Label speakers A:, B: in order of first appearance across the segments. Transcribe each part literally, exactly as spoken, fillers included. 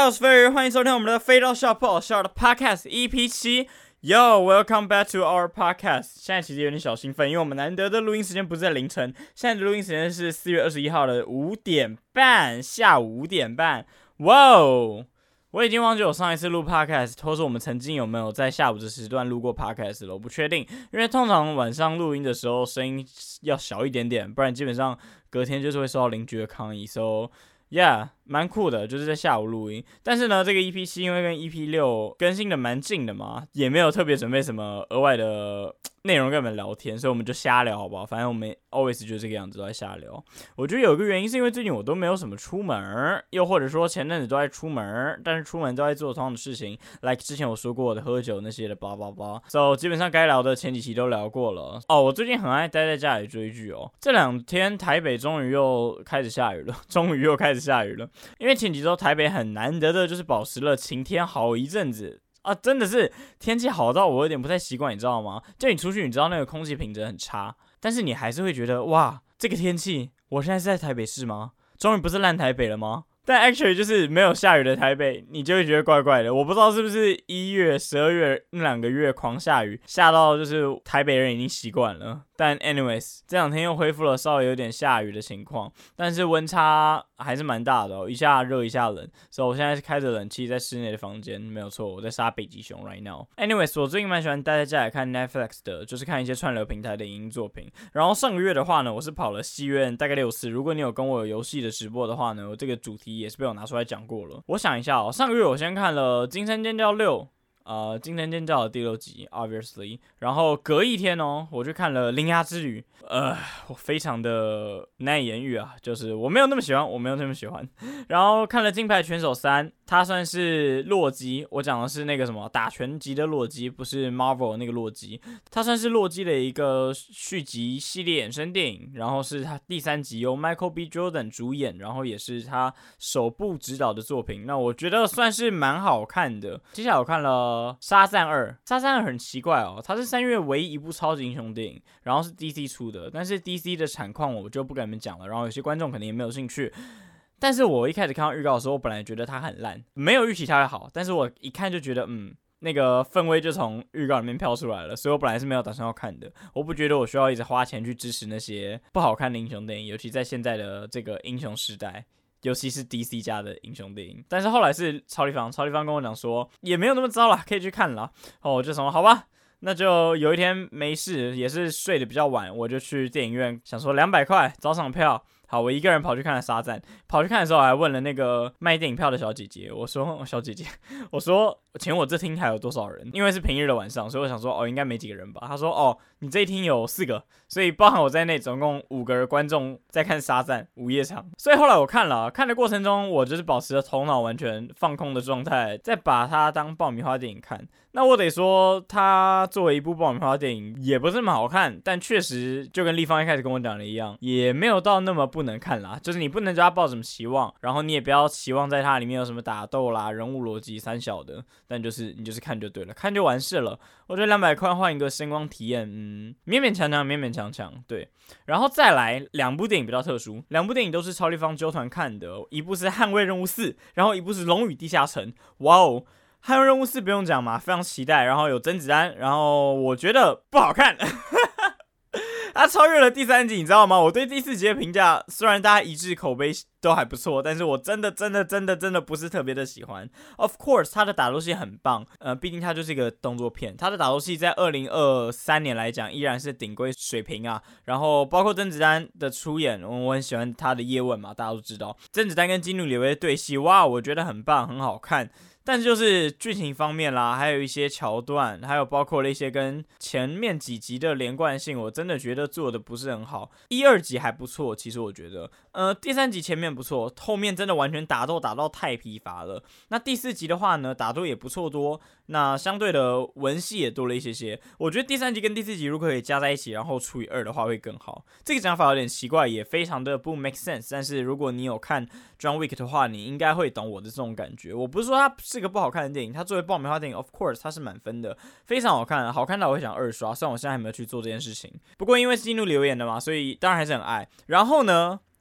A: 家好，我是飞鱼，欢迎收听我们的飞到笑不好笑的 Podcast E P 七。Yo, welcome back to our podcast。现在其实有点小兴奋，因为我们难得的录音时间不是在凌晨，现在的录音时间是四月二十一号的五点半，下午五点半。哇哦！我已经忘记我上一次录 podcast， 或是我们曾经有没有在下午的时段录过 podcast 了，我不确定，因为通常晚上录音的时候声音要小一点点，不然基本上隔天就是会受到邻居的抗议。So yeah， 蛮酷的，就是在下午录音。但是呢，这个 E P 七因为跟 E P 六更新的蛮近的嘛，也没有特别准备什么额外的内容跟你们聊天，所以我们就瞎聊好不好？反正我们 always 就是这个样子，都在瞎聊。我觉得有一个原因是因为最近我都没有什么出门，又或者说前阵子都在出门，但是出门都在做同样的事情 ，like 之前我说过的喝酒那些的，blah blah blah。So 基本上该聊的前几期都聊过了。哦，我最近很爱待在家里追剧哦。这两天台北终于又开始下雨了，终于又开始下雨了。因为前几周台北很难得的就是保持了晴天好一阵子。啊，真的是天气好到我有点不太习惯，你知道吗？就你出去，你知道那个空气品质很差，但是你还是会觉得哇，这个天气，我现在是在台北市吗？终于不是烂台北了吗？但 actually 就是没有下雨的台北，你就会觉得怪怪的。我不知道是不是一月、十二月那两个月狂下雨，下到就是台北人已经习惯了。但 anyways， 这两天又恢复了稍微有点下雨的情况，但是温差还是蛮大的哦，一下热一下冷。所以我现在是开着冷气在室内的房间，没有错，我在杀北极熊 right now。anyways， 我最近蛮喜欢待在家里看 Netflix 的，就是看一些串流平台的影音作品。然后上个月的话呢，我是跑了戏院大概六次。如果你有跟我有游戏的直播的话呢，我这个主题也是被我拿出来讲过了。我想一下哦，上个月我先看了《惊声尖叫六》。呃，惊声尖叫的第六集 ，obviously， 然后隔一天哦，我去看了《铃芽之旅》，呃，我非常的难以言喻啊，就是我没有那么喜欢，我没有那么喜欢。然后看了《金牌拳手三》，它算是洛基，我讲的是那个什么打拳击的洛基，不是 Marvel 那个洛基，它算是洛基的一个续集系列衍生电影，然后是它第三集由 Michael B. Jordan 主演，然后也是他首部执导的作品，那我觉得算是蛮好看的。接下来我看了。沙赞二，沙赞二很奇怪哦，它是三月唯一一部超级英雄电影，然后是 D C 出的，但是 D C 的产况我就不跟你们讲了，然后有些观众可能也没有兴趣。但是我一开始看到预告的时候，我本来觉得它很烂，没有预期它会好，但是我一看就觉得，嗯，那个氛围就从预告里面飘出来了，所以我本来是没有打算要看的。我不觉得我需要一直花钱去支持那些不好看的英雄电影，尤其在现在的这个英雄时代。尤其是 D C 家的英雄电影，但是后来是超立方，超立方跟我讲说也没有那么糟啦，可以去看啦。哦，我就想说好吧，那就有一天没事，也是睡得比较晚，我就去电影院，想说两百块早场票。好，我一个人跑去看了沙赞。跑去看的时候，我还问了那个卖电影票的小姐姐，我说：“小姐姐，我说请我这厅还有多少人？因为是平日的晚上，所以我想说，哦，应该没几个人吧。”她说：“哦，你这一厅有四个，所以包含我在内，总共五个观众在看沙赞午夜场。”所以后来我看了，看的过程中，我就是保持着头脑完全放空的状态，再把它当爆米花电影看。那我得说，它作为一部爆米花电影，也不是那么好看，但确实就跟立方一开始跟我讲的一样，也没有到那么不能看啦。就是你不能对它抱什么期望，然后你也不要期望在它里面有什么打斗啦、人物逻辑三小的，但就是你就是看就对了，看就完事了。我觉得两百块换一个声光体验，嗯，勉勉强强，勉勉强强，对。然后再来两部电影比较特殊，两部电影都是超立方纠团看的，一部是《捍卫任务四》，然后一部是《龙与地下城》。哇哦！捍卫任务四不用讲嘛，非常期待。然后有甄子丹，然后我觉得不好看，他超越了第三集，你知道吗？我对第四集的评价，虽然大家一致口碑都还不错，但是我真的真的真的真的不是特别的喜欢。Of course， 他的打斗戏很棒，呃，毕竟他就是一个动作片，他的打斗戏在二零二三年来讲依然是顶规水平啊。然后包括甄子丹的出演，我很喜欢他的叶问嘛，大家都知道，甄子丹跟基努里维的对戏，哇，我觉得很棒，很好看。但是就是剧情方面啦，还有一些桥段，还有包括了一些跟前面几集的连贯性，我真的觉得做的不是很好。一二集还不错，其实我觉得，呃，第三集前面不错，后面真的完全打斗打到太疲乏了。那第四集的话呢，打斗也不错多，那相对的文戏也多了一些些。我觉得第三集跟第四集如果可以加在一起，然后除以二的话会更好。这个讲法有点奇怪，也非常的不 make sense。但是如果你有看 John Wick 的话，你应该会懂我的这种感觉。我不是说它是个不好看的电影，它作为爆米花电影 ，of course 它是满分的，非常好看，好看到我会想二刷。虽然我现在还没有去做这件事情，不过因为是基努里维演的嘛，所以当然还是很爱。然后呢，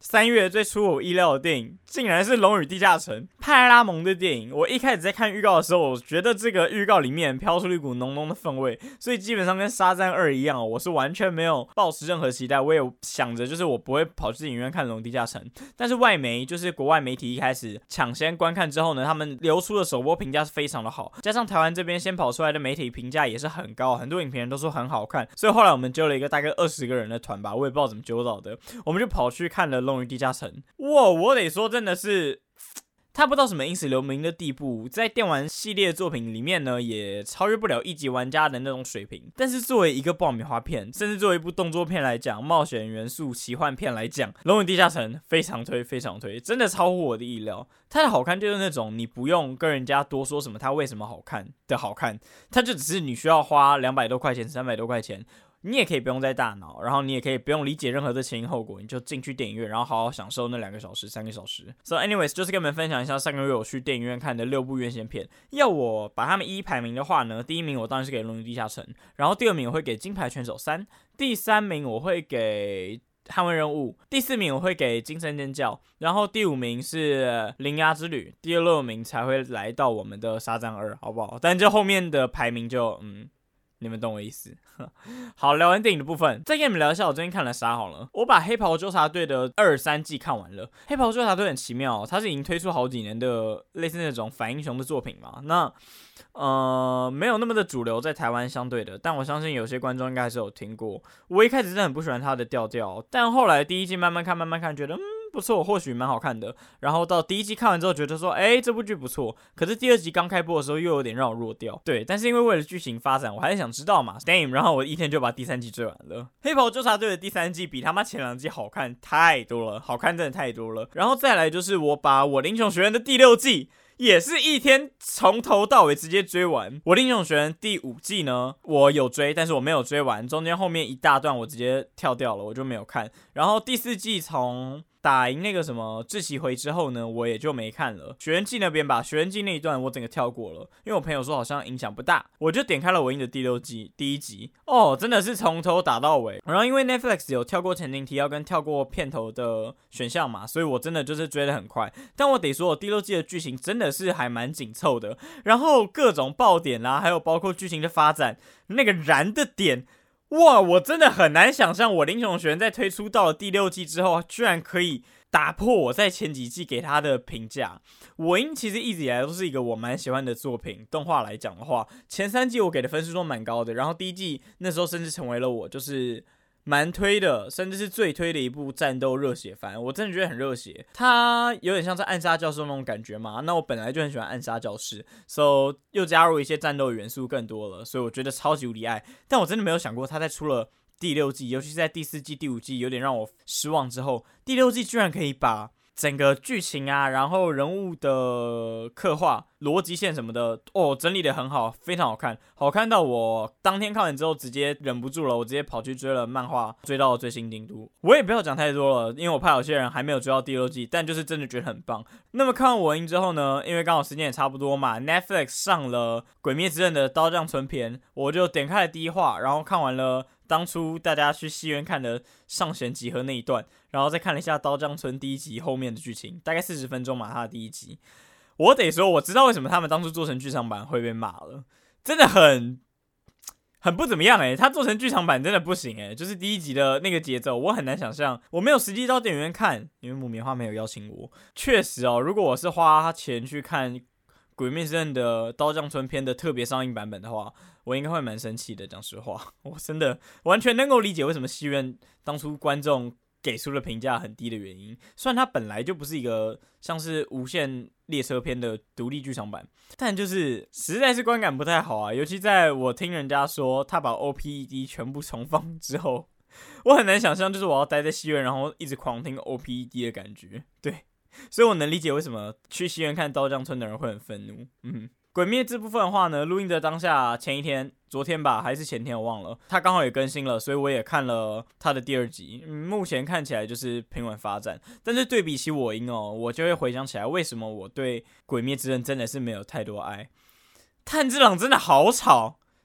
A: 三月最出我意料的电影，竟然是《龙与地下城》派拉蒙的电影。我一开始在看预告的时候，我觉得这个预告里面飘出一股浓浓的氛围，所以基本上跟《沙赞二》一样，我是完全没有抱持任何期待。我也想着就是我不会跑去影院看《龙与地下城》，但是外媒就是国外媒体一开始抢先观看之后呢，他们流出的首播评价是非常的好，加上台湾这边先跑出来的媒体评价也是很高，很多影评人都说很好看，所以后来我们揪了一个大概二十个人的团吧，我也不知道怎么揪到的，我们就跑去看了《龙与地下城》。哇，我得说真的是他不到什么因此留名的地步，在电玩系列作品里面呢，也超越不了一级玩家的那种水平。但是作为一个爆米花片，甚至作为一部动作片来讲，冒险元素奇幻片来讲，《龙与地下城》非常推，非常推，真的超乎我的意料。它的好看就是那种你不用跟人家多说什么它为什么好看的好看，它就只是你需要花两百多块钱、三百多块钱。你也可以不用再大脑，然后你也可以不用理解任何的前因后果，你就进去电影院，然后好好享受那两个小时、三个小时。So, anyways， 就是跟你们分享一下上个月我去电影院看的六部院线片。要我把他们一一排名的话呢，第一名我当然是给《龙与地下城》，然后第二名我会给《金牌拳手三》，第三名我会给《捍卫任务》，第四名我会给《惊声尖叫》，然后第五名是《铃芽之旅》，第六名才会来到我们的《沙赞二》，好不好？但这后面的排名就嗯。你们懂我意思。好，聊完电影的部分，再跟你们聊一下我最近看了啥好了。我把黑袍纠察队的二三季看完了。黑袍纠察队很奇妙，它是已经推出好几年的类似那种反英雄的作品嘛。那呃没有那么的主流在台湾相对的，但我相信有些观众应该还是有听过。我一开始真的很不喜欢它的调调，但后来第一季慢慢看慢慢看，觉得嗯不错，或许蛮好看的。然后到第一季看完之后，觉得说，哎，这部剧不错。可是第二集刚开播的时候，又有点让我弱掉。对，但是因为为了剧情发展，我还是想知道嘛 ，Damn！ 然后我一天就把第三季追完了。黑袍纠察队的第三季比他妈前两季好看太多了，好看真的太多了。然后再来就是我把我的英雄学院的第六季。也是一天从头到尾直接追完。我的英雄学院第五季呢，我有追，但是我没有追完，中间后面一大段我直接跳掉了，我就没有看。然后第四季从打赢那个什么志奇回之后呢，我也就没看了。学院季那边吧，学院季那一段我整个跳过了，因为我朋友说好像影响不大，我就点开了我英的第六季第一集。哦，真的是从头打到尾。然后因为 Netflix 有跳过前情提要跟跳过片头的选项嘛，所以我真的就是追得很快。但我得说，我第六季的剧情真的是还蛮紧凑的，然后各种爆点啦、啊，还有包括剧情的发展，那个燃的点。哇，我真的很难想象，我的英雄学院在推出到了第六季之后，居然可以打破我在前几季给他的评价。我英其实一直以来都是一个我蛮喜欢的作品，动画来讲的话，前三季我给的分数都蛮高的，然后第一季那时候甚至成为了我就是蛮推的，甚至是最推的一部战斗热血番，我真的觉得很热血。它有点像是暗杀教室那种感觉嘛，那我本来就很喜欢暗杀教室 ，so 又加入一些战斗元素更多了，所以我觉得超级无敌爱。但我真的没有想过，它在出了第六季，尤其是在第四季、第五季有点让我失望之后，第六季居然可以把整个剧情啊，然后人物的刻画、逻辑线什么的，哦，整理得很好，非常好看，好看到我当天看完之后直接忍不住了，我直接跑去追了漫画，追到了最新进度。我也不要讲太多了，因为我怕有些人还没有追到第六季，但就是真的觉得很棒。那么看完我英之后呢，因为刚好时间也差不多嘛 ，Netflix 上了《鬼灭之刃》的刀匠村篇，我就点开了第一话，然后看完了当初大家去戏院看的上弦集合那一段，然后再看了一下刀匠村第一集后面的剧情，大概四十分钟嘛，他的第一集。我得说，我知道为什么他们当初做成剧场版会被骂了，真的很很不怎么样哎、欸，他做成剧场版真的不行哎、欸，就是第一集的那个节奏，我很难想象。我没有实际到电影院看，因为木棉花没有邀请我。确实哦，如果我是花钱去看《鬼灭之刃》的刀匠村篇的特别上映版本的话，我应该会蛮生气的。讲实话，我真的完全能够理解为什么戏院当初观众给出的评价很低的原因。虽然它本来就不是一个像是无限列车篇的独立剧场版，但就是实在是观感不太好啊。尤其在我听人家说他把 O P E D 全部重放之后，我很难想象就是我要待在戏院然后一直狂听 O P E D 的感觉。对，所以我能理解为什么去戏院看刀匠村的人会很愤怒。嗯，鬼灭这部分的话呢，录音的当下前一天，昨天吧还是前天我忘了，他刚好也更新了，所以我也看了他的第二集。嗯，目前看起来就是平稳发展，但是对比起我英哦，我就会回想起来为什么我对鬼灭之刃真的是没有太多爱。炭治郎真的好吵，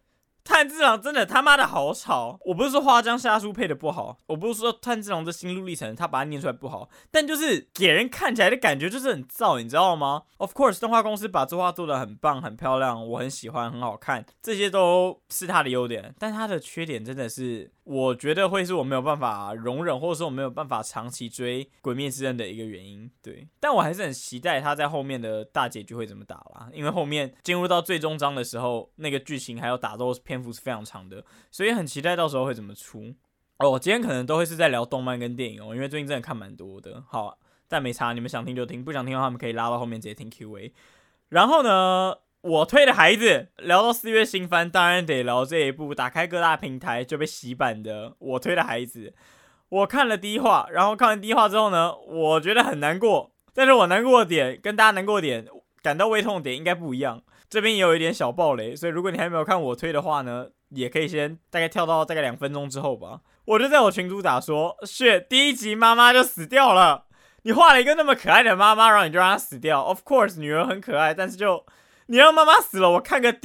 A: 炭治郎真的他妈的好吵！我不是说花江夏树配的不好，我不是说炭治郎的心路历程他把它念出来不好，但就是给人看起来的感觉就是很燥，你知道吗 ？Of course， 动画公司把作画做得很棒、很漂亮，我很喜欢，很好看，这些都是他的优点。但他的缺点真的是，我觉得会是我没有办法容忍，或者说我没有办法长期追《鬼灭之刃》的一个原因。对，但我还是很期待他在后面的大结局会怎么打啦，因为后面进入到最终章的时候，那个剧情还有打斗篇幅是非常长的，所以很期待到时候会怎么出。哦，今天可能都会是在聊动漫跟电影哦，因为最近真的看蛮多的。好，但没差，你们想听就听，不想听的话，他们可以拉到后面直接听 Q A。然后呢，我推的孩子聊到四月新番，当然得聊这一部打开各大平台就被洗版的我推的孩子。我看了第一话，然后看完第一话之后呢，我觉得很难过，但是我难过的点跟大家难过的点、感到胃痛的点应该不一样。这边也有一点小爆雷，所以如果你还没有看我推的话呢，也可以先大概跳到大概两分钟之后吧。我就在我群组打说 ，shit， 第一集妈妈就死掉了。你画了一个那么可爱的妈妈，然后你就让她死掉。Of course， 女儿很可爱，但是就你让妈妈死了，我看个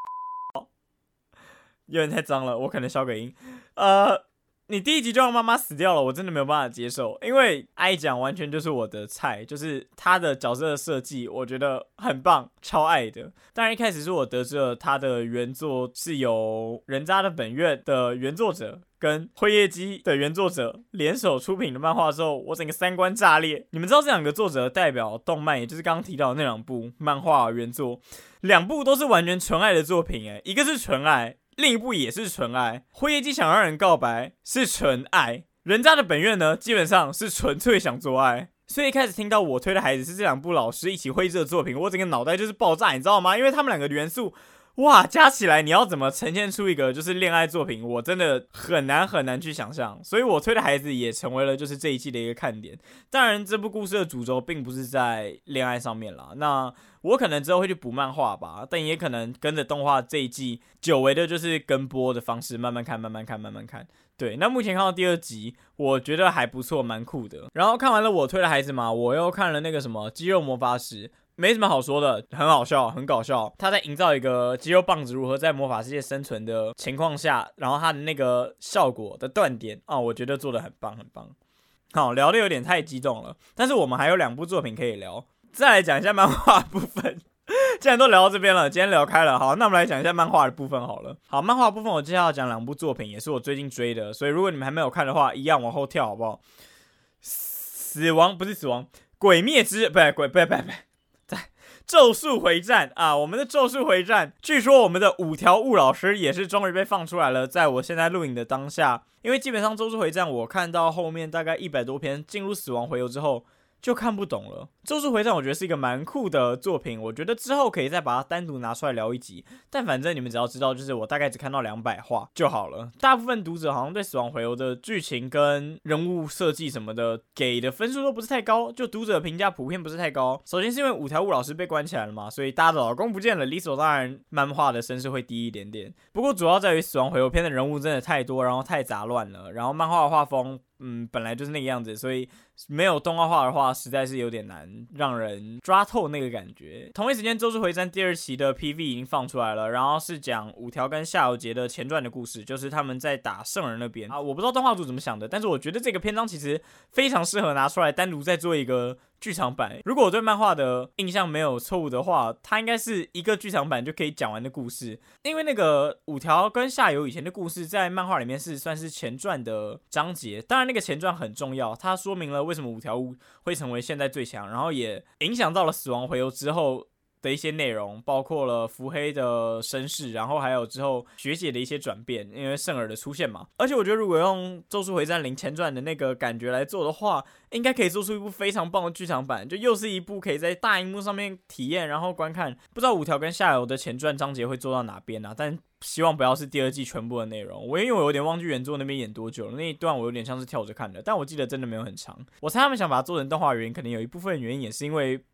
A: 有点太脏了，我可能消个音。呃。你第一集就让妈妈死掉了，我真的没有办法接受，因为爱讲完全就是我的菜，就是他的角色的设计，我觉得很棒，超爱的。当然一开始是我得知了他的原作是由人渣的本愿的原作者跟辉夜姬的原作者联手出品的漫画之后，我整个三观炸裂。你们知道这两个作者代表动漫，也就是刚刚提到的那两部漫画原作，两部都是完全纯爱的作品，诶，一个是纯爱。另一部也是纯爱，辉夜姬想让人告白是纯爱，人渣的本愿呢，基本上是纯粹想做爱。所以一开始听到我推的孩子是这两部老师一起绘制的作品，我整个脑袋就是爆炸，你知道吗？因为他们两个元素，哇，加起来你要怎么呈现出一个就是恋爱作品，我真的很难很难去想象。所以我推的孩子也成为了就是这一季的一个看点。当然，这部故事的主轴并不是在恋爱上面啦，那我可能之后会去补漫画吧，但也可能跟着动画这一季久违的就是跟播的方式慢慢看慢慢看慢慢看。对，那目前看到第二集我觉得还不错，蛮酷的。然后看完了我推的孩子嘛，我又看了那个什么肌肉魔法使，没什么好说的，很好笑很搞笑。他在营造一个肌肉棒子如何在魔法世界生存的情况下，然后他的那个效果的断点啊，我觉得做得很棒很棒。好，聊得有点太激动了，但是我们还有两部作品可以聊。再来讲一下漫画的部分，既然都聊到这边了，今天聊开了，好，那我们来讲一下漫画的部分好了。好，漫画部分我接下来要讲两部作品，也是我最近追的，所以如果你们还没有看的话，一样往后跳好不好？死亡不是死亡，鬼灭之不是鬼不是不是不是，在咒术回战啊，我们的咒术回战，据说我们的五条悟老师也是终于被放出来了，在我现在录影的当下，因为基本上咒术回战我看到后面大概一百多篇进入死亡回游之后。就看不懂了。咒术回战我觉得是一个蛮酷的作品，我觉得之后可以再把它单独拿出来聊一集。但反正你们只要知道，就是我大概只看到两百话就好了。大部分读者好像对死亡回游的剧情跟人物设计什么的给的分数都不是太高，就读者评价普遍不是太高。首先是因为五条悟老师被关起来了嘛，所以大家的老公不见了，理所当然漫画的声势会低一点点。不过主要在于死亡回游篇的人物真的太多，然后太杂乱了，然后漫画的画风。嗯，本来就是那个样子，所以没有动画化的话，实在是有点难让人抓透那个感觉。同一时间，《咒术回战》第二期的 P V 已经放出来了，然后是讲五条跟夏油杰的前传的故事，就是他们在打圣人那边啊。我不知道动画组怎么想的，但是我觉得这个篇章其实非常适合拿出来单独再做一个剧场版。如果我对漫画的印象没有错误的话，它应该是一个剧场版就可以讲完的故事。因为那个五条跟夏油以前的故事在漫画里面是算是前传的章节，当然那个前传很重要，它说明了为什么五条悟会成为现在最强，然后也影响到了死亡回游之后的一些内容，包括了伏黑的身世，然后还有之后学姐的一些转变，因为圣儿的出现嘛。而且我觉得如果用咒术回战零前传的那个感觉来做的话，应该可以做出一部非常棒的剧场版，就又是一部可以在大荧幕上面体验然后观看。不知道五条跟夏油的前传章节会做到哪边啊，但希望不要是第二季全部的内容。我因为我有点忘记原作那边演多久了，那一段我有点像是跳着看的，但我记得真的没有很长。我猜他们想把它做成动画原因，可能有一部分原因也是因为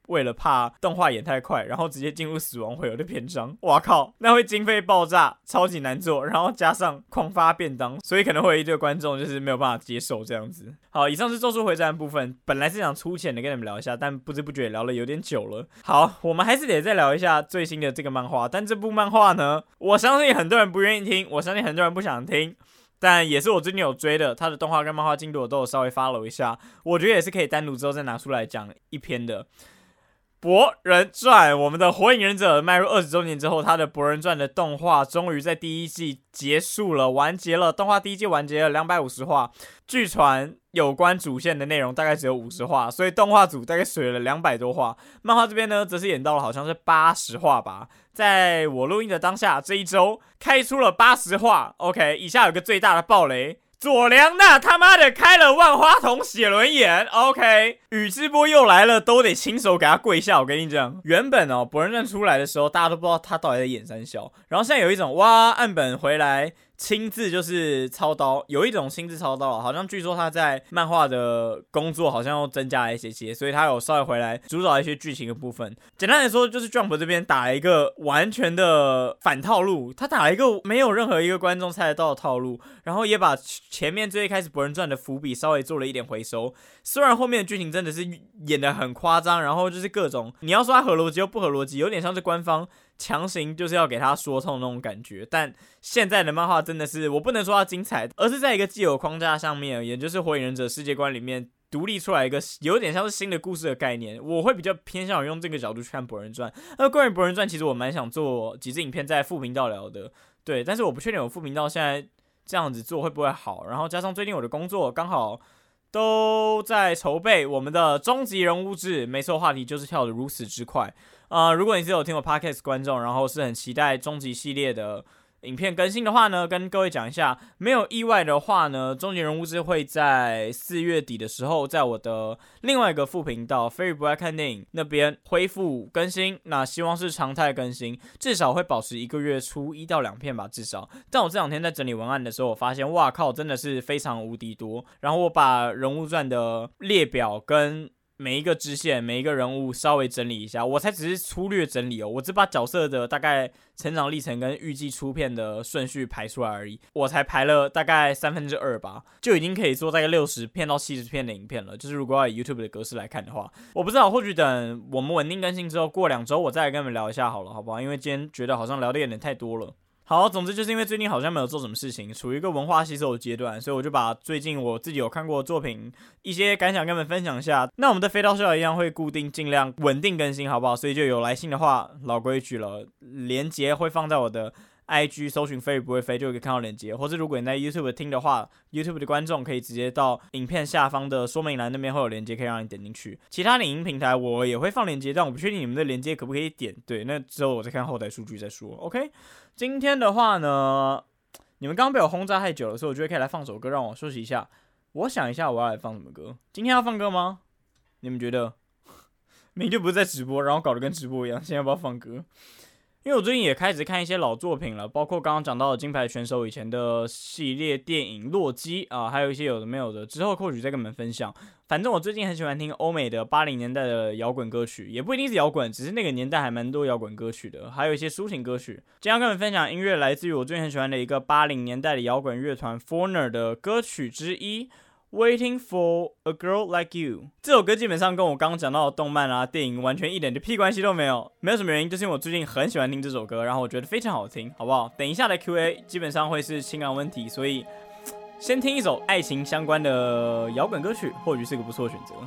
A: 为了怕动画演太快，然后直接进入死亡回合的篇章。哇靠，那会经费爆炸，超级难做，然后加上狂发便当，所以可能会有一堆观众就是没有办法接受这样子。好，以上是咒术回战的部分，本来是想粗浅的跟你们聊一下，但不知不觉聊了有点久了。好，我们还是得再聊一下最新的这个漫画，但这部漫画呢，我相信很多人不愿意听，我相信很多人不想听。但也是我最近有追的，他的动画跟漫画进度我都有稍微 follow 一下，我觉得也是可以单独之后再拿出来讲一篇的。博人传，我们的火影忍者迈入二十周年之后，他的博人传的动画终于在第一季结束了，完结了。动画第一季完结了两百五十话，据传有关主线的内容大概只有五十话，所以动画组大概水了两百多话。漫画这边呢，则是演到了好像是八十话吧。在我录音的当下，这一周开出了八十话。OK， 以下有个最大的爆雷。佐良娜他妈的开了万花筒写轮眼 ，OK， 宇智波又来了，都得亲手给他跪下。我跟你讲，原本哦，博人传出来的时候，大家都不知道他到底在演三小，然后现在有一种哇，岸本回来亲自就是操刀，有一种亲自操刀，好像据说他在漫画的工作好像又增加了一些些，所以他有稍微回来主导一些剧情的部分。简单来说，就是 Jump 这边打了一个完全的反套路，他打了一个没有任何一个观众猜得到的套路，然后也把前面最一开始博人传的伏笔稍微做了一点回收。虽然后面的剧情真的是演得很夸张，然后就是各种你要说他合逻辑又不合逻辑，有点像是官方强行就是要给他说通那种感觉。但现在的漫画真的是，我不能说它精彩，而是在一个既有框架上面，也就是火影忍者世界观里面独立出来一个有点像是新的故事的概念。我会比较偏向于用这个角度去看博人传。而关于博人传，其实我蛮想做几支影片在副频道聊的，对，但是我不确定我副频道现在这样子做会不会好。然后加上最近我的工作刚好都在筹备我们的终极人物志，没错，话题就是跳得如此之快。呃，如果你是有听我 podcast 观众，然后是很期待终极系列的影片更新的话呢，跟各位讲一下，没有意外的话呢，终极人物志会在四月底的时候，在我的另外一个副频道菲瑞不爱看电影那边恢复更新，那希望是常态更新，至少会保持一个月出一到两片吧，至少。但我这两天在整理文案的时候，我发现，哇靠，真的是非常无敌多。然后我把人物传的列表跟每一个支线、每一个人物稍微整理一下，我才只是粗略整理哦，我只把角色的大概成长历程跟预计出片的顺序排出来而已，我才排了大概三分之二吧，就已经可以做大概六十片到七十片的影片了。就是如果要以 YouTube 的格式来看的话，我不知道，或许等我们稳定更新之后，过两周我再来跟你们聊一下好了，好不好？因为今天觉得好像聊的有点太多了。好，总之就是因为最近好像没有做什么事情，处于一个文化吸收的阶段，所以我就把最近我自己有看过的作品一些感想跟你们分享一下。那我们的飞刀笑一样会固定尽量稳定更新，好不好？所以就有来信的话，老规矩了，连结会放在我的I G 搜寻飞不会飞就可以看到链接，或者如果你在 YouTube 听的话， YouTube 的观众可以直接到影片下方的说明栏那边会有链接可以让你点进去。其他的影音平台我也会放链接，但我不确定你们的链接可不可以点，对，那之后我再看后台数据再说。 OK， 今天的话呢，你们刚刚被我轰炸太久了，所以我觉得可以来放首歌让我休息一下。我想一下我要来放什么歌，今天要放歌吗？你们觉得？明明就不是在直播，然后搞得跟直播一样，现在要不要放歌？因为我最近也开始看一些老作品了，包括刚刚讲到的金牌选手以前的系列电影《洛基》啊，还有一些有的没有的，之后或许再跟你们分享。反正我最近很喜欢听欧美的八零年代的摇滚歌曲，也不一定是摇滚，只是那个年代还蛮多摇滚歌曲的，还有一些抒情歌曲。今天要跟你们分享音乐来自于我最近很喜欢的一个八零年代的摇滚乐团 Foreigner 的歌曲之一。Waiting for a girl like you 这首歌基本上跟我刚刚讲到的动漫啊、电影完全一点的屁关系都没有，没有什么原因，就是因为我最近很喜欢听这首歌，然后我觉得非常好听，好不好？等一下的 Q A 基本上会是情感问题，所以先听一首爱情相关的摇滚歌曲，或许是个不错的选择。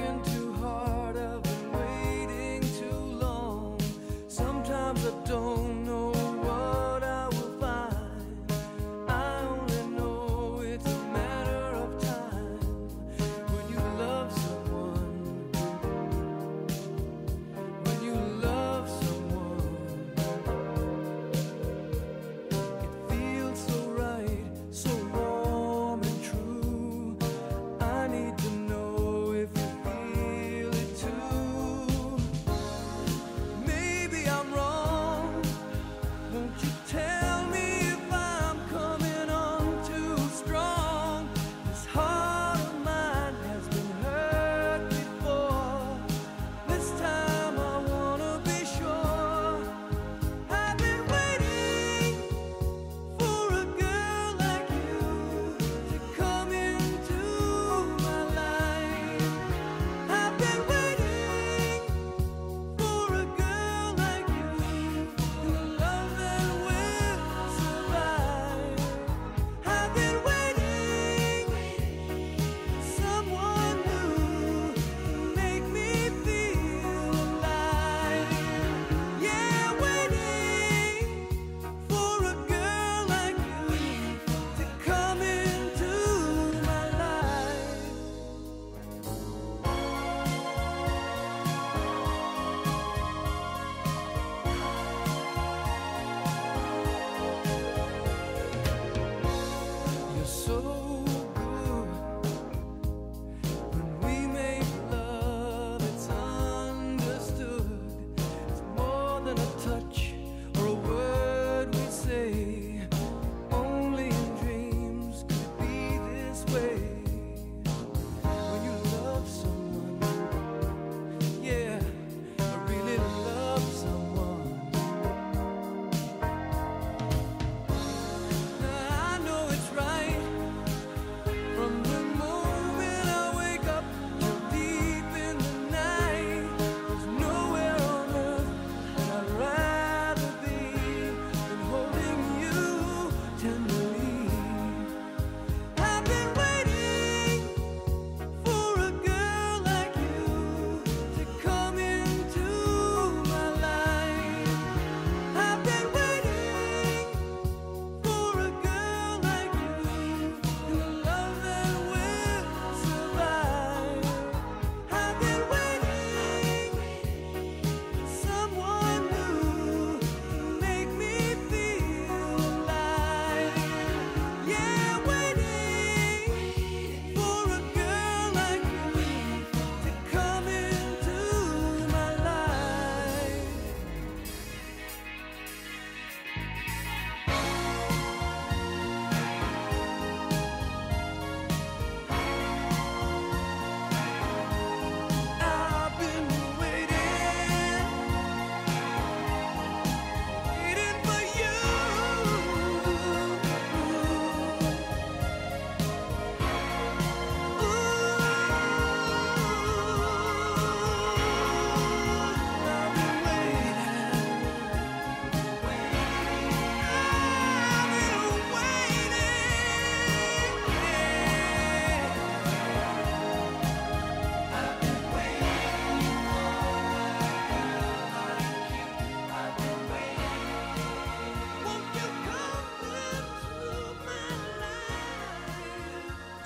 B: Don't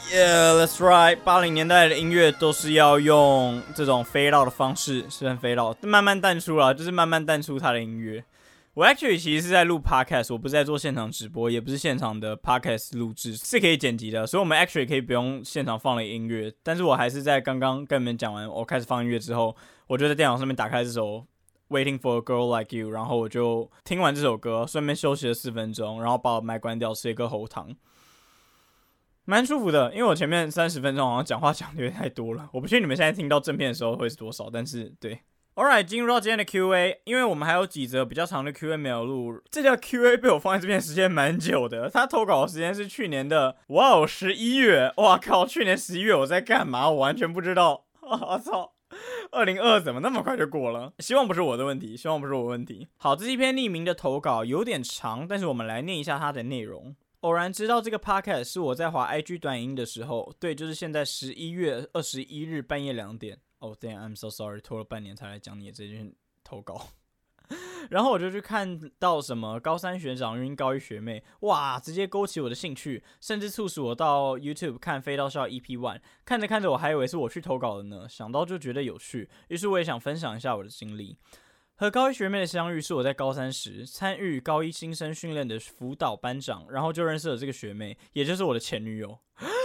A: Yeah, that's right。八零年代的音乐都是要用这种fade out的方式，是很fade out，慢慢淡出啦，就是慢慢淡出它的音乐。我 actually 其实是在录 podcast， 我不是在做现场直播，也不是现场的 podcast 录制，是可以剪辑的，所以我们 actually 可以不用现场放了音乐。但是我还是在刚刚跟你们讲完，我开始放音乐之后，我就在电脑上面打开这首 Waiting for a Girl Like You， 然后我就听完这首歌，顺便休息了四分钟，然后把我麦关掉，吃一个喉糖。蛮舒服的，因为我前面三十分钟好像讲话讲的有点太多了，我不确定你们现在听到正片的时候会是多少，但是对。Alright， 进入到今天的 Q A， 因为我们还有几则比较长的 Q A 没有录，这条 Q A 被我放在这边的时间蛮久的，他投稿的时间是去年的，哇哦，十一月，哇靠，去年十一月我在干嘛？我完全不知道，我操，二零二二怎么那么快就过了？希望不是我的问题，希望不是我的问题。好，这是一篇匿名的投稿，有点长，但是我们来念一下它的内容。偶然知道这个 podcast 是我在滑 I G 短影音的时候，对，就是现在十一月二十一日半夜两点。哦、oh, ，damn， I'm so sorry， 拖了半年才来讲你的这篇投稿。然后我就去看到什么高三学长晕高一学妹，哇，直接勾起我的兴趣，甚至促使我到 YouTube 看飞到校 E P 一， 看着看着我还以为是我去投稿的呢，想到就觉得有趣，于是我也想分享一下我的经历。和高一学妹的相遇是我在高三时参与高一新生训练的辅导班长，然后就认识了这个学妹，也就是我的前女友。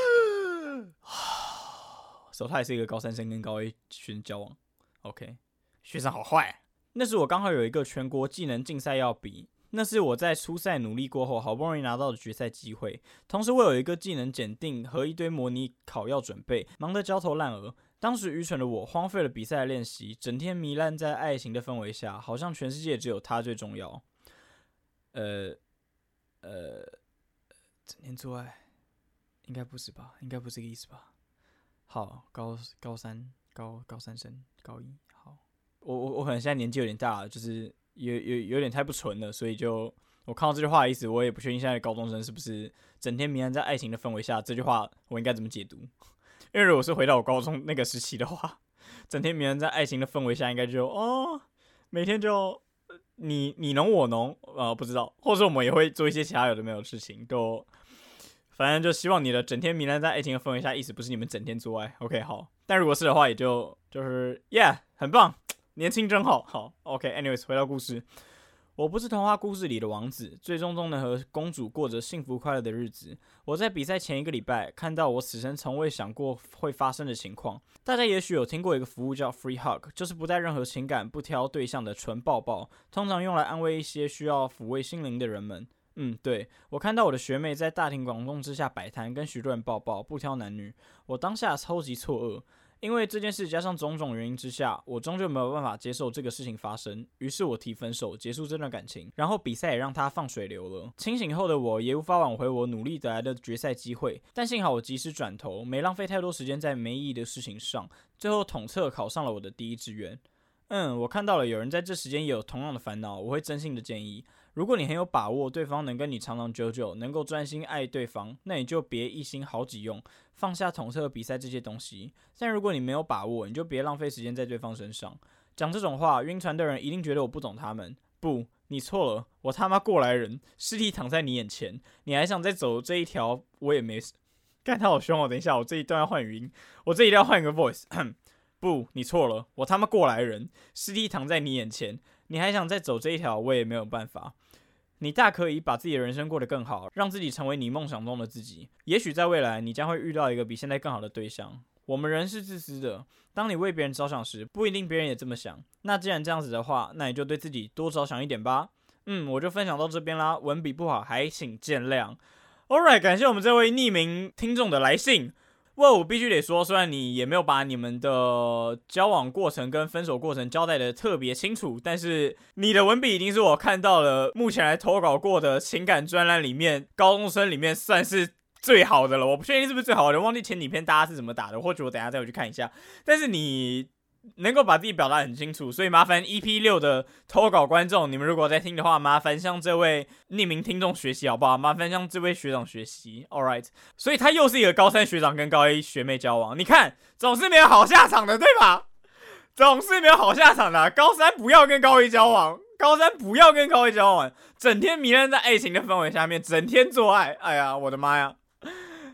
A: 所以他也是一个高三生跟高一学生交往。OK， 学长好坏。那时我刚好有一个全国技能竞赛要比，那是我在初赛努力过后好不容易拿到的决赛机会。同时我有一个技能检定和一堆模拟考要准备，忙得焦头烂额。当时愚蠢的我荒废了比赛的练习，整天糜烂在爱情的氛围下，好像全世界只有他最重要。呃呃，整天做爱，应该不是吧？应该不是这个意思吧？好，高高三高高三生高一，好，我我我可能现在年纪有点大了，就是有有有点太不纯了，所以就我看到这句话的意思，我也不确定现在的高中生是不是整天糜烂在爱情的氛围下，这句话我应该怎么解读？因为如果是回到我高中那个时期的话，整天糜烂在爱情的氛围下，应该就哦，每天就你你侬我侬，呃，不知道，或者我们也会做一些其他有的没有的事情，都。反正就希望你的整天糜烂在爱情的氛围下，意思不是你们整天做爱 ，OK 好。但如果是的话，也就就是 ，Yeah， 很棒，年轻真好，好 ，OK。anyways， 回到故事，我不是童话故事里的王子，最终都能和公主过着幸福快乐的日子。我在比赛前一个礼拜看到我此生从未想过会发生的情况。大家也许有听过一个服务叫 Free Hug， 就是不带任何情感、不挑对象的纯抱抱，通常用来安慰一些需要抚慰心灵的人们。嗯，对，我看到我的学妹在大庭广众之下摆摊，跟许多人抱抱，不挑男女。我当下超级错愕，因为这件事加上种种原因之下，我终究没有办法接受这个事情发生。于是我提分手，结束这段感情，然后比赛也让它放水流了。清醒后的我也无法挽回我努力得来的决赛机会，但幸好我及时转头，没浪费太多时间在没意义的事情上，最后统测考上了我的第一志愿。嗯，我看到了有人在这时间也有同样的烦恼，我会真心的建议，如果你很有把握对方能跟你长长久久，能够专心爱对方，那你就别一心好己用，放下统测比赛这些东西。但如果你没有把握，你就别浪费时间在对方身上。讲这种话，晕船的人一定觉得我不懂他们。不，你错了，我他妈过来人，尸体躺在你眼前，你还想再走这一条，我也没事。干他好凶哦！等一下，我这一段要换语音，我这一定要换一个 voice。不，你错了，我他妈过来人，尸体躺在你眼前，你还想再走这一条，我也没有办法。你大可以把自己的人生过得更好，让自己成为你梦想中的自己。也许在未来，你将会遇到一个比现在更好的对象。我们人是自私的，当你为别人着想时，不一定别人也这么想。那既然这样子的话，那你就对自己多着想一点吧。嗯，我就分享到这边啦，文笔不好还请见谅。Alright， 感谢我们这位匿名听众的来信。哇，我必须得说，虽然你也没有把你们的交往过程跟分手过程交代的特别清楚，但是你的文笔已经是我看到了目前来投稿过的情感专栏里面，高中生里面算是最好的了。我不确定是不是最好的，忘记前几篇大家是怎么打的，或许我等一下再回去看一下。但是你能够把自己表达很清楚，所以麻烦 E P 六 的投稿观众，你们如果在听的话，麻烦向这位匿名听众学习好不好？麻烦向这位学长学习 ，Alright。所以他又是一个高三学长跟高一学妹交往，你看总是没有好下场的，对吧？总是没有好下场的、啊。高三不要跟高一交往，高三不要跟高一交往，整天糜烂在爱情的氛围下面，整天做爱，哎呀，我的妈呀！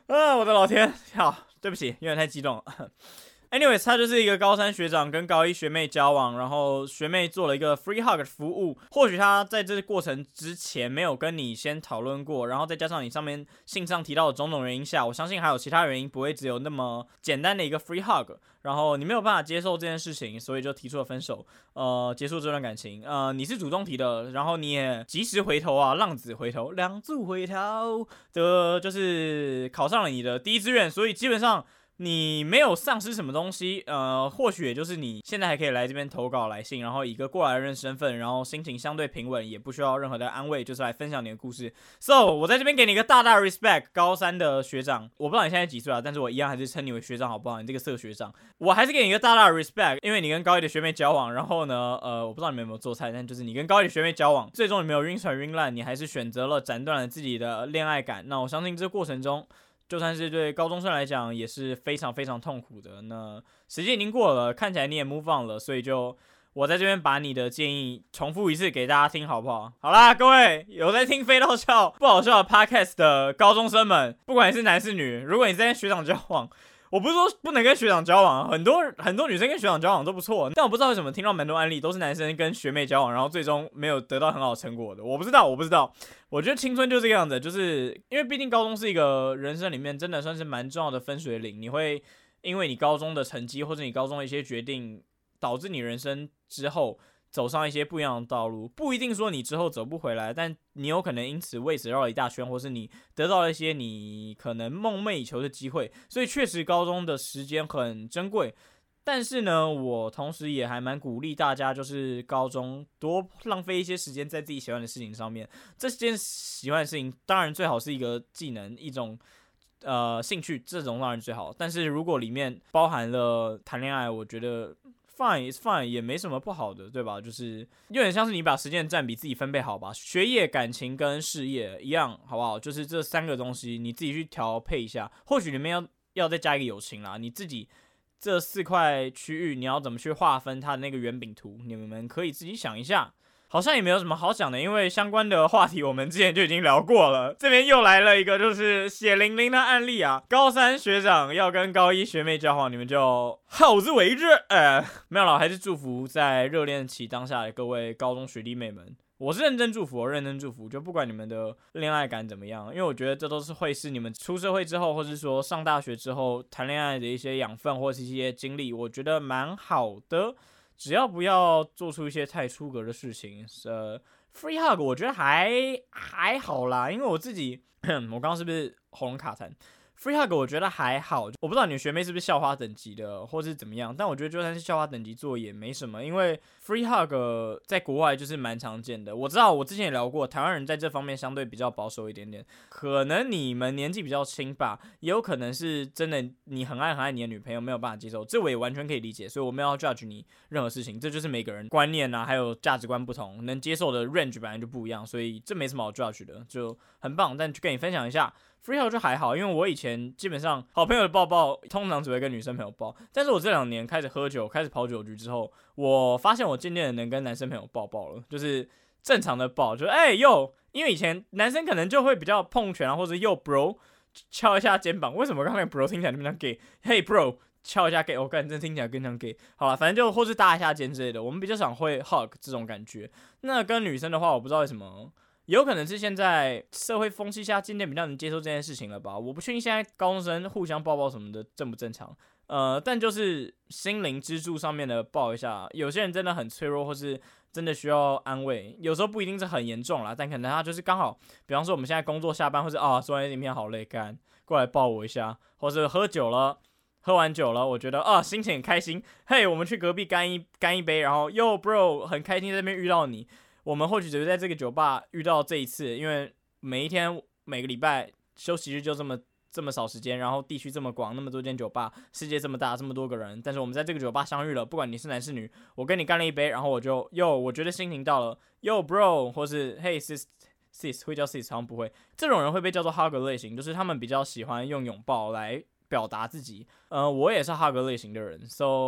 A: 啊，我的老天，好，对不起，有点太激动了。Anyways， 他就是一个高三学长跟高一学妹交往，然后学妹做了一个 free hug 的服务。或许他在这个过程之前没有跟你先讨论过，然后再加上你上面信上提到的种种原因下，我相信还有其他原因，不会只有那么简单的一个 free hug。然后你没有办法接受这件事情，所以就提出了分手，呃，结束这段感情。呃，你是主动提的，然后你也及时回头啊，浪子回头，两足回头的，就是考上了你的第一志愿，所以基本上。你没有丧失什么东西，呃，或许也就是你现在还可以来这边投稿来信，然后以一个过来人身份，然后心情相对平稳，也不需要任何的安慰，就是来分享你的故事。So， 我在这边给你一个大大 respect， 高三的学长，我不知道你现在几岁啊，但是我一样还是称你为学长好不好？你这个色学长，我还是给你一个大大的 respect， 因为你跟高一的学妹交往，然后呢，呃，我不知道你们有没有做菜，但就是你跟高一的学妹交往，最终你没有晕船晕烂，你还是选择了斩断了自己的恋爱感。那我相信这过程中。就算是对高中生来讲，也是非常非常痛苦的。那时间已经过了，看起来你也 move on 了，所以就我在这边把你的建议重复一次给大家听，好不好？好啦，各位有在听飞到笑不好笑的 podcast 的高中生们，不管你是男是女，如果你在跟学长交往，我不是说不能跟学长交往，很多很多女生跟学长交往都不错，但我不知道为什么听到蛮多案例都是男生跟学妹交往，然后最终没有得到很好的成果的。我不知道，我不知道。我觉得青春就这个样子，就是因为毕竟高中是一个人生里面真的算是蛮重要的分水岭，你会因为你高中的成绩或者你高中的一些决定，导致你人生之后走上一些不一样的道路，不一定说你之后走不回来，但你有可能因此为此绕了一大圈，或是你得到了一些你可能梦寐以求的机会，所以确实高中的时间很珍贵。但是呢，我同时也还蛮鼓励大家，就是高中多浪费一些时间在自己喜欢的事情上面。这件喜欢的事情，当然最好是一个技能，一种呃兴趣，这种当然最好。但是如果里面包含了谈恋爱，我觉得。Fine is fine， 也没什么不好的，对吧？就是有点像是你把时间占比自己分配好吧，学业、感情跟事业一样，好不好？就是这三个东西你自己去调配一下。或许里面要要再加一个友情啦，你自己这四块区域你要怎么去划分它的那个圆饼图，你们可以自己想一下。好像也没有什么好讲的，因为相关的话题我们之前就已经聊过了。这边又来了一个就是血淋淋的案例啊，高三学长要跟高一学妹交往，你们就好自为之。呃，没有啦，还是祝福在热恋期当下的各位高中学弟妹们。我是认真祝福，我认真祝福，就不管你们的恋爱感怎么样，因为我觉得这都是会是你们出社会之后，或是说上大学之后谈恋爱的一些养分或是一些经历，我觉得蛮好的。只要不要做出一些太出格的事情，呃 ，free hug 我觉得还还好啦，因为我自己，我刚刚是不是喉咙卡痰 ？free hug 我觉得还好，我不知道你的学妹是不是校花等级的，或是怎么样，但我觉得就算是校花等级做也没什么，因为 free hug 在国外就是蛮常见的。我知道我之前也聊过，台湾人在这方面相对比较保守一点点，可能你们年纪比较轻吧，也有可能是真的你很爱很爱你的女朋友没有办法接受，这我也完全可以理解，所以我没有要 judge 你任何事情，这就是每个人观念啊，还有价值观不同，能接受的 range 本来就不一样，所以这没什么好 judge 的，就很棒。但就跟你分享一下。free hug 就还好，因为我以前基本上好朋友的抱抱通常只会跟女生朋友抱，但是我这两年开始喝酒，开始跑酒局之后，我发现我渐渐的能跟男生朋友抱抱了，就是正常的抱，就哎呦，因为以前男生可能就会比较碰拳啊，或者又 bro 敲一下肩膀，为什么刚才 bro 听起来那么像 gay？Hey bro 敲一下 gay， 我感觉真听起来更像 gay。好了，反正就或是搭一下肩之类的，我们比较常会 hug 这种感觉。那跟女生的话，我不知道为什么。有可能是现在社会风气下渐渐比较能接受这件事情了吧？我不确定现在高中生互相抱抱什么的正不正常，呃，但就是心灵支柱上面的抱一下，有些人真的很脆弱，或是真的需要安慰，有时候不一定是很严重啦，但可能他就是刚好，比方说我们现在工作下班，或是啊，昨天影片好累，干过来抱我一下，或是喝酒了。喝完酒了，我觉得啊，心情很开心。嘿，我们去隔壁干一干一杯，然后 Yo bro， 很开心在这边遇到你。我们或许只会在这个酒吧遇到这一次，因为每一天每个礼拜休息日就这么这么少时间，然后地区这么广，那么多间酒吧，世界这么大，这么多个人，但是我们在这个酒吧相遇了，不管你是男是女，我跟你干了一杯，然后我就 Yo， 我觉得心情到了 Yo bro， 或是 Hey sis sis 会叫 sis 好像不会，这种人会被叫做 hug 类型，就是他们比较喜欢用拥抱来表达自己。呃，我也是 hug 类型的人 ，so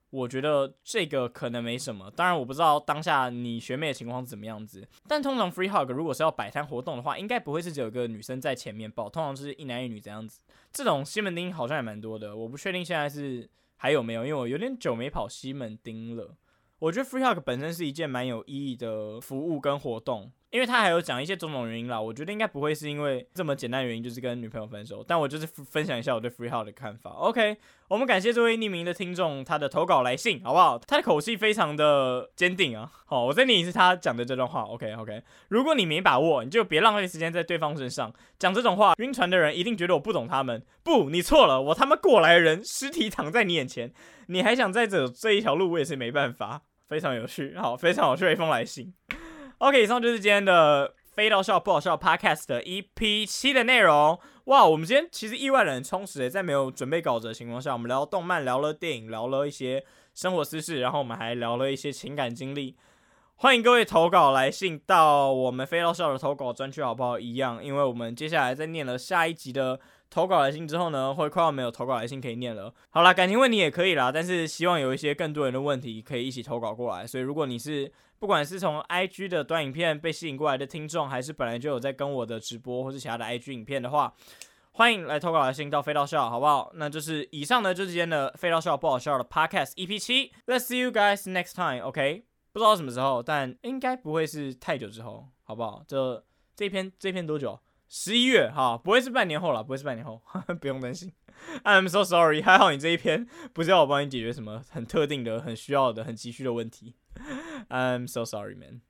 A: 我觉得这个可能没什么，当然我不知道当下你学妹的情况是怎么样子，但通常 free hug 如果是要摆摊活动的话，应该不会是只有一个女生在前面抱，通常是一男一女这样子。这种西门町好像也蛮多的，我不确定现在是还有没有，因为我有点久没跑西门町了。我觉得 free hug 本身是一件蛮有意义的服务跟活动，因为他还有讲一些种种原因啦，我觉得应该不会是因为这么简单的原因，就是跟女朋友分手。但我就是分享一下我对 free hug 的看法。OK， 我们感谢这位匿名的听众他的投稿来信，好不好？他的口气非常的坚定啊。好，我再念一次他讲的这段话。OK OK， 如果你没把握，你就别浪费时间在对方身上。讲这种话，晕船的人一定觉得我不懂他们。不，你错了，我他妈过来人，尸体躺在你眼前，你还想再走这一条路，我也是没办法。非常有趣，好，非常有趣的一封来信。OK， 以上就是今天的飞到笑不好笑 Podcast 的 E P 七 的内容。哇，我们今天其实意外的很充实，在没有准备稿子的情况下，我们聊动漫，聊了电影，聊了一些生活私事，然后我们还聊了一些情感经历。欢迎各位投稿来信到我们飞到笑的投稿专区，好不好？一样，因为我们接下来在念了下一集的投稿来信之后呢，会快要没有投稿来信可以念了。好啦，感情问题也可以啦，但是希望有一些更多人的问题可以一起投稿过来。所以如果你是不管是从 I G 的短影片被吸引过来的听众，还是本来就有在跟我的直播或是其他的 I G 影片的话，欢迎来投稿来信到飞到笑，好不好？那就是以上呢，就是今天的飞到笑不好笑的 Podcast E P 七。Let's see you guys next time, OK？ 不知道什么时候，但应该不会是太久之后，好不好？这这一篇这一篇多久？十一月哈，不会是半年后啦，不会是半年后，不用担心。I'm so sorry， 还好你这一篇不是要我帮你解决什么很特定的、很需要的、很急需的问题。I'm so sorry, man.